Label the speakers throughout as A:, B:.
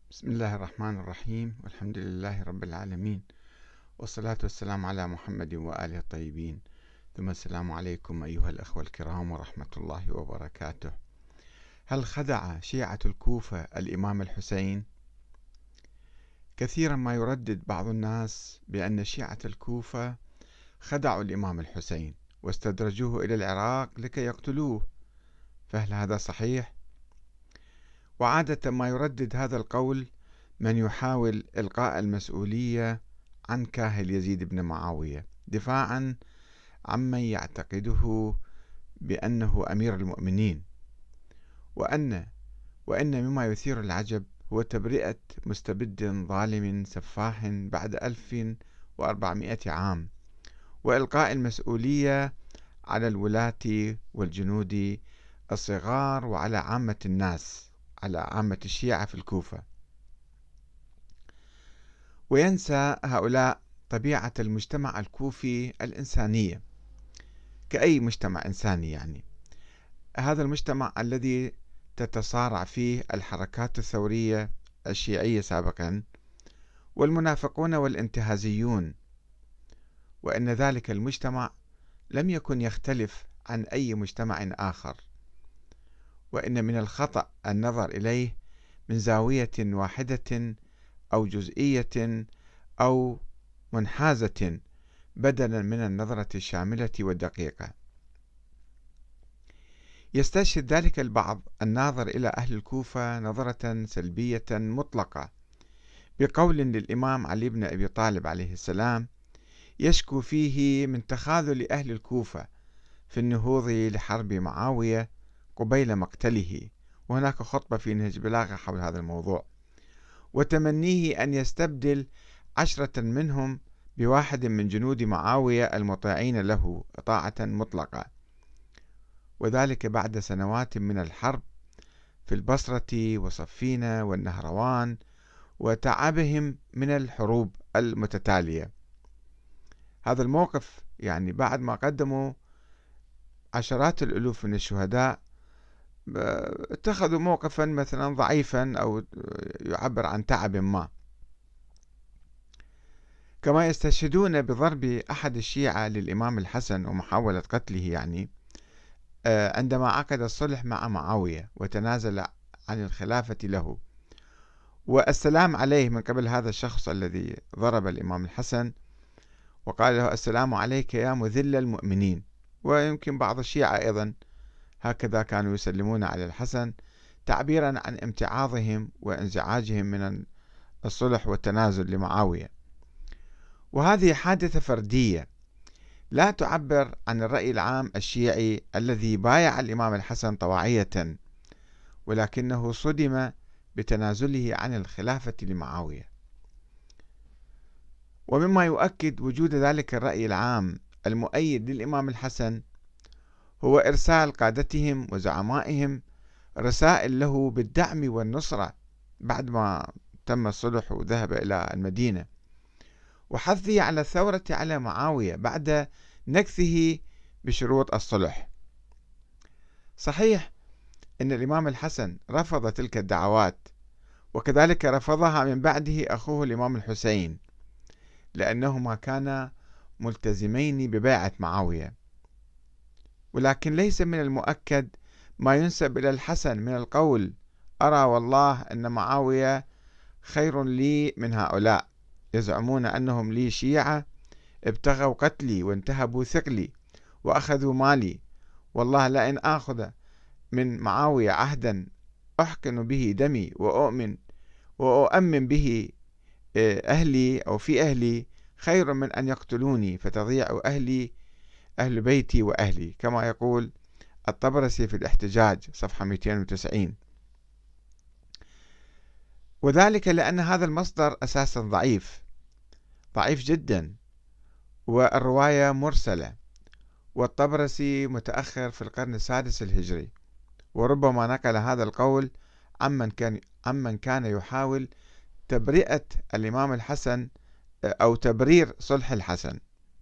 A: بسم الله الرحمن الرحيم، والحمد لله رب العالمين، والصلاة والسلام على محمد وآله الطيبين، ثم السلام عليكم أيها الأخوة الكرام ورحمة الله وبركاته. هل خدع شيعة الكوفة الإمام الحسين؟ كثيرا ما يردد بعض الناس بأن شيعة الكوفة خدعوا الإمام الحسين واستدرجوه إلى العراق لكي يقتلوه، فهل هذا صحيح؟ وعادة ما يردد هذا القول من يحاول إلقاء المسؤولية عن كاهل يزيد بن معاوية دفاعا عمن يعتقده بأنه أمير المؤمنين، وأن مما يثير العجب هو تبرئة مستبد ظالم سفاح بعد 1400 عام، وإلقاء المسؤولية على الولاة والجنود الصغار وعلى عامة الناس، على عامة الشيعة في الكوفة. وينسى هؤلاء طبيعة المجتمع الكوفي الإنسانية كأي مجتمع إنساني، يعني هذا المجتمع الذي تتصارع فيه الحركات الثورية الشيعية سابقا والمنافقون والانتهازيون، وأن ذلك المجتمع لم يكن يختلف عن أي مجتمع آخر، وأن من الخطأ النظر إليه من زاوية واحدة أو جزئية أو منحازة بدلا من النظرة الشاملة والدقيقة. يستشهد ذلك البعض الناظر إلى أهل الكوفة نظرة سلبية مطلقة بقول للإمام علي بن أبي طالب عليه السلام يشكو فيه من تخاذل أهل الكوفة في النهوض لحرب معاوية قبيل مقتله، وهناك خطبة في نهج بلاغة حول هذا الموضوع، وتمنيه أن يستبدل 10 منهم بواحد من جنود معاوية المطيعين له طاعة مطلقة، وذلك بعد سنوات من الحرب في البصرة وصفين والنهروان وتعبهم من الحروب المتتالية. هذا الموقف يعني بعد ما قدموا عشرات الألوف من الشهداء اتخذوا موقفا مثلا ضعيفا أو يعبر عن تعب ما. كما يستشهدون بضرب أحد الشيعة للإمام الحسن ومحاولة قتله، يعني عندما عقد الصلح مع معاوية وتنازل عن الخلافة له، والسلام عليه من قبل هذا الشخص الذي ضرب الإمام الحسن، وقال له: السلام عليك يا مذل المؤمنين. ويمكن بعض الشيعة أيضا هكذا كانوا يسلمون على الحسن تعبيرا عن امتعاضهم وانزعاجهم من الصلح والتنازل لمعاوية. وهذه حادثة فردية لا تعبر عن الرأي العام الشيعي الذي بايع الإمام الحسن طواعية، ولكنه صدم بتنازله عن الخلافة لمعاوية. ومما يؤكد وجود ذلك الرأي العام المؤيد للإمام الحسن هو إرسال قادتهم وزعمائهم رسائل له بالدعم والنصرة بعد ما تم الصلح وذهب إلى المدينة، وحثه على الثورة على معاوية بعد نكثه بشروط الصلح. صحيح أن الإمام الحسن رفض تلك الدعوات، وكذلك رفضها من بعده أخوه الإمام الحسين، لأنهما كانا ملتزمين ببيعة معاوية. ولكن ليس من المؤكد ما ينسب إلى الحسن من القول: أرى والله أن معاوية خير لي من هؤلاء، يزعمون أنهم لي شيعة ابتغوا قتلي وانتهبوا ثقلي وأخذوا مالي، والله لئن آخذ من معاوية عهدا أحقن به دمي وأؤمن به أهلي أو في أهلي خير من أن يقتلوني فتضيع أهل بيتي وأهلي، كما يقول الطبرسي في الاحتجاج صفحة 290. وذلك لأن هذا المصدر أساسا ضعيف جدا، والرواية مرسلة، والطبرسي متأخر في القرن السادس الهجري، وربما نقل هذا القول عمن كان يحاول تبرئة الإمام الحسن أو تبرير صلح الحسن.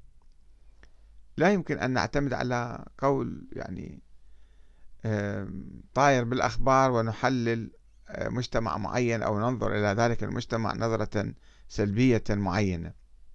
A: لا يمكن أن نعتمد على قول يعني طاير بالأخبار ونحلل مجتمع معين أو ننظر إلى ذلك المجتمع نظرة سلبية معينة.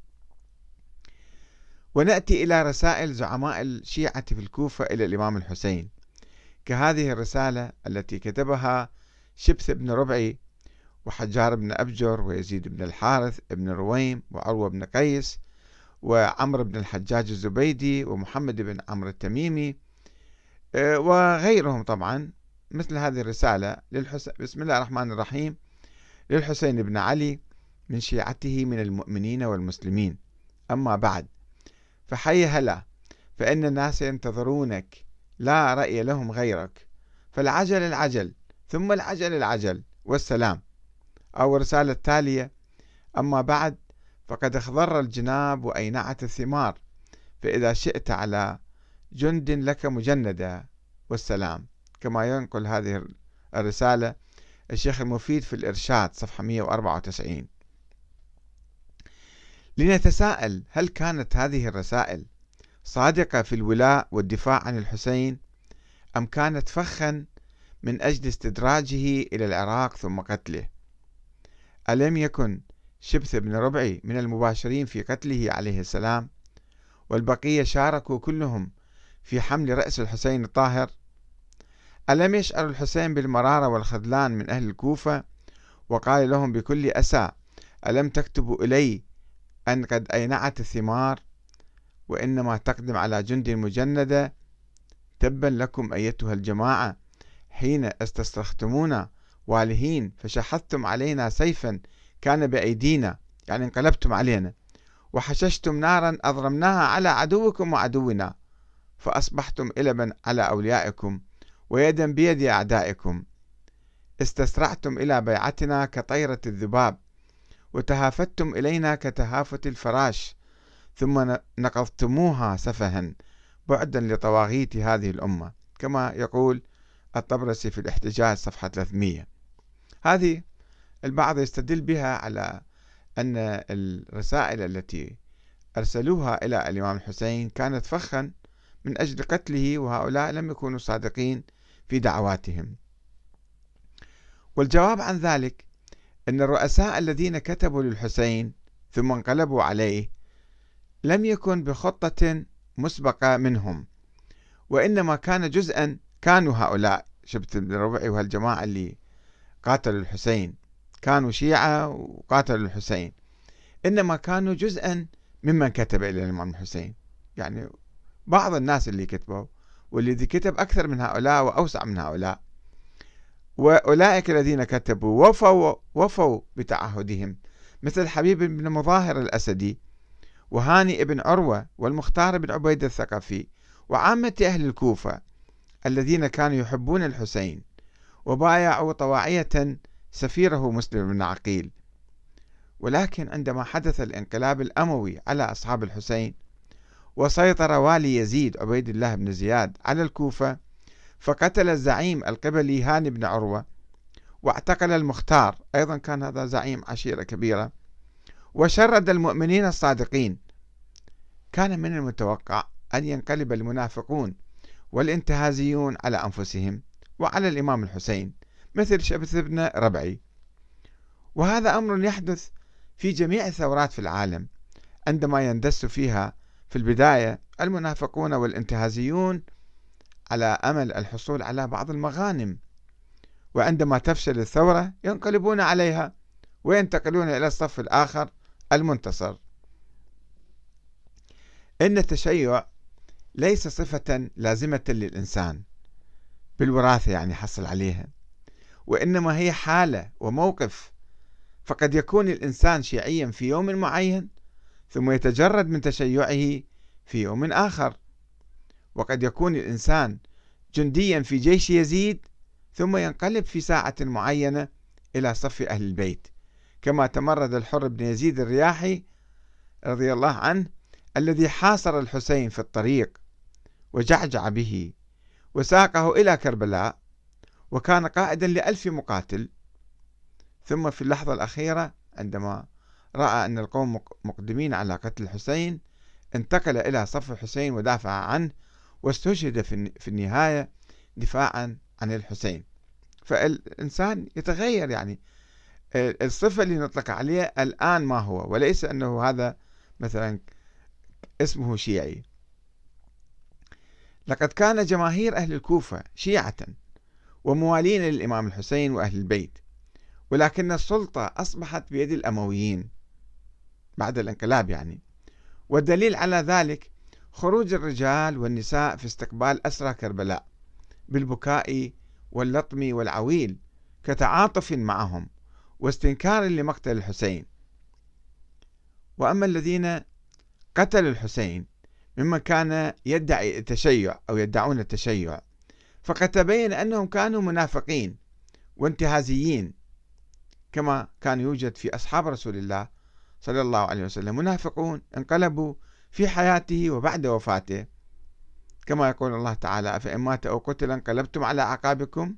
A: ونأتي إلى رسائل زعماء الشيعة في الكوفة إلى الإمام الحسين، كهذه الرسالة التي كتبها شبث بن ربعي وحجار بن أبجر ويزيد بن الحارث بن رويم وعروة بن قيس وعمر بن الحجاج الزبيدي ومحمد بن عمرو التميمي وغيرهم طبعا. مثل هذه الرسالة بسم الله الرحمن الرحيم: للحسين بن علي من شيعته من المؤمنين والمسلمين، أما بعد، فحي هلا، فإن الناس ينتظرونك، لا رأي لهم غيرك، فالعجل العجل ثم العجل العجل والسلام. أو الرسالة التالية: أما بعد، فقد اخضر الجناب وأينعت الثمار، فإذا شئت على جند لك مجندة والسلام. كما ينقل هذه الرسالة الشيخ المفيد في الإرشاد صفحة 194. لنتساءل: هل كانت هذه الرسائل صادقة في الولاء والدفاع عن الحسين، أم كانت فخا من أجل استدراجه إلى العراق ثم قتله؟ ألم يكن شبث بن ربعي من المباشرين في قتله عليه السلام، والبقية شاركوا كلهم في حمل رأس الحسين الطاهر؟ ألم يشعر الحسين بالمرارة والخذلان من أهل الكوفة، وقال لهم بكل أسى: ألم تكتبوا إلي أن قد أينعت الثمار، وإنما تقدم على جند مجندة؟ تبا لكم أيتها الجماعة، حين استصرختمونا والهين، فشحذتم علينا سيفا كان بأيدينا، يعني انقلبتم علينا، وحششتم نارا أضرمناها على عدوكم وعدونا، فأصبحتم إلبا على أوليائكم ويدا بيد أعدائكم. استسرعتم إلى بيعتنا كطيرة الذباب، وتهافتم إلينا كتهافت الفراش، ثم نقضتموها سفها بعدا لطواغيت هذه الأمة، كما يقول الطبرسي في الاحتجاج صفحة 300. هذه البعض يستدل بها على أن الرسائل التي أرسلوها إلى الإمام الحسين كانت فخا من أجل قتله، وهؤلاء لم يكونوا صادقين في دعواتهم. والجواب عن ذلك أن الرؤساء الذين كتبوا للحسين ثم انقلبوا عليه لم يكن بخطة مسبقة منهم، وإنما كانوا هؤلاء شبث بن ربعي وهالجماعة اللي قاتلوا الحسين كانوا شيعة وقاتلوا الحسين، إنما كانوا جزءا ممن كتب إلى الإمام الحسين، يعني بعض الناس اللي كتبوا، والذي كتب أكثر من هؤلاء وأوسع من هؤلاء. وأولئك الذين كتبوا وفوا بتعهدهم، مثل حبيب بن مظاهر الأسدي وهاني بن عروة والمختار بن عبيد الثقفي وعامة أهل الكوفة الذين كانوا يحبون الحسين، وبايعوا طواعية سفيره مسلم بن عقيل. ولكن عندما حدث الانقلاب الأموي على أصحاب الحسين، وسيطر والي يزيد عبيد الله بن زياد على الكوفة، فقتل الزعيم القبلي هاني بن عروة، واعتقل المختار، أيضا كان هذا زعيم عشيرة كبيرة، وشرد المؤمنين الصادقين. كان من المتوقع أن ينقلب المنافقون والانتهازيون على أنفسهم وعلى الإمام الحسين مثل شبث بن ربعي. وهذا أمر يحدث في جميع الثورات في العالم، عندما يندس فيها في البداية المنافقون والانتهازيون على أمل الحصول على بعض المغانم، وعندما تفشل الثورة ينقلبون عليها وينتقلون إلى الصف الآخر المنتصر. إن التشيع ليس صفة لازمة للإنسان بالوراثة، يعني حصل عليها، وإنما هي حالة وموقف. فقد يكون الإنسان شيعيا في يوم معين ثم يتجرد من تشيعه في يوم آخر، وقد يكون الإنسان جنديا في جيش يزيد ثم ينقلب في ساعة معينة إلى صف أهل البيت، كما تمرد الحر بن يزيد الرياحي رضي الله عنه الذي حاصر الحسين في الطريق وجعجع به وساقه إلى كربلاء، وكان قائدا ل1000 مقاتل، ثم في اللحظة الأخيرة عندما رأى أن القوم مقدمين على قتل الحسين انتقل إلى صف الحسين ودافع عنه، واستشهد في النهاية دفاعا عن الحسين. فالإنسان يتغير، يعني الصفة اللي نطلق عليه الآن ما هو، وليس أنه هذا مثلا اسمه شيعي. لقد كان جماهير أهل الكوفة شيعة وموالين للإمام الحسين وأهل البيت، ولكن السلطة أصبحت بيد الأمويين بعد الانقلاب يعني. والدليل على ذلك خروج الرجال والنساء في استقبال أسرى كربلاء بالبكاء واللطم والعويل كتعاطف معهم واستنكار لمقتل الحسين. وأما الذين قتلوا الحسين ممن كان يدعي التشيع أو يدعون التشيع، فقد تبين أنهم كانوا منافقين وانتهازيين، كما كان يوجد في أصحاب رسول الله صلى الله عليه وسلم منافقون انقلبوا في حياته وبعد وفاته، كما يقول الله تعالى: أفإن مات أو قتل انقلبتم على أعقابكم.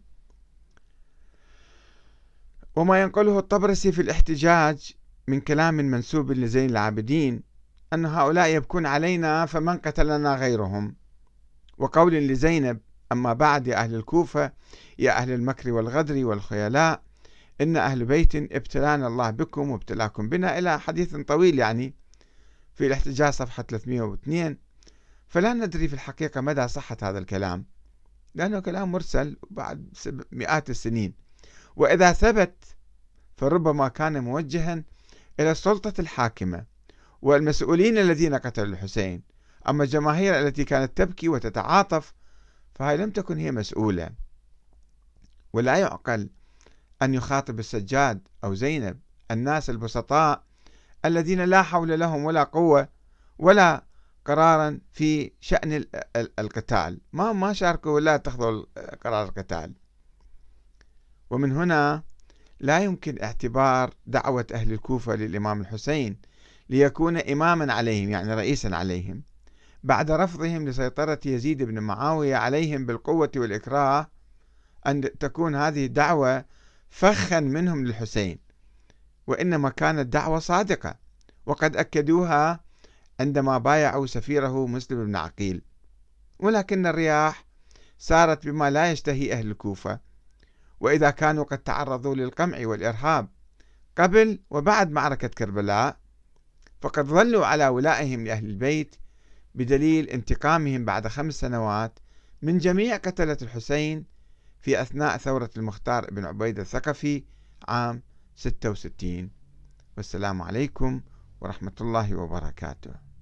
A: وما ينقله الطبرسي في الاحتجاج من كلام منسوب لزين العابدين أن هؤلاء يبكون علينا فمن قتلنا غيرهم، وقول لزينب: أما بعد يا أهل الكوفة يا أهل المكر والغدر والخيلاء إن أهل بيت ابتلانا الله بكم وابتلاكم بنا، إلى حديث طويل يعني في الاحتجاج صفحة 302. فلا ندري في الحقيقة مدى صحة هذا الكلام، لأنه كلام مرسل بعد مئات السنين، وإذا ثبت فربما كان موجها إلى السلطة الحاكمة والمسؤولين الذين قتلوا الحسين. أما الجماهير التي كانت تبكي وتتعاطف فهي لم تكن هي مسؤولة. ولا يعقل أن يخاطب السجاد أو زينب الناس البسطاء الذين لا حول لهم ولا قوة ولا قرارا في شأن القتال، ما شاركوا ولا اتخذوا قرار القتال. ومن هنا لا يمكن اعتبار دعوة أهل الكوفة للإمام الحسين ليكون إماما عليهم، يعني رئيسا عليهم، بعد رفضهم لسيطرة يزيد بن معاوية عليهم بالقوة والإكراه، أن تكون هذه الدعوة فخا منهم للحسين، وإنما كانت دعوة صادقة، وقد أكدوها عندما بايعوا سفيره مسلم بن عقيل. ولكن الرياح سارت بما لا يشتهي أهل الكوفة، وإذا كانوا قد تعرضوا للقمع والإرهاب قبل وبعد معركة كربلاء، فقد ظلوا على ولائهم لأهل البيت بدليل انتقامهم بعد 5 سنوات من جميع قتلة الحسين في أثناء ثورة المختار بن عبيد الثقفي عام 66. والسلام عليكم ورحمة الله وبركاته.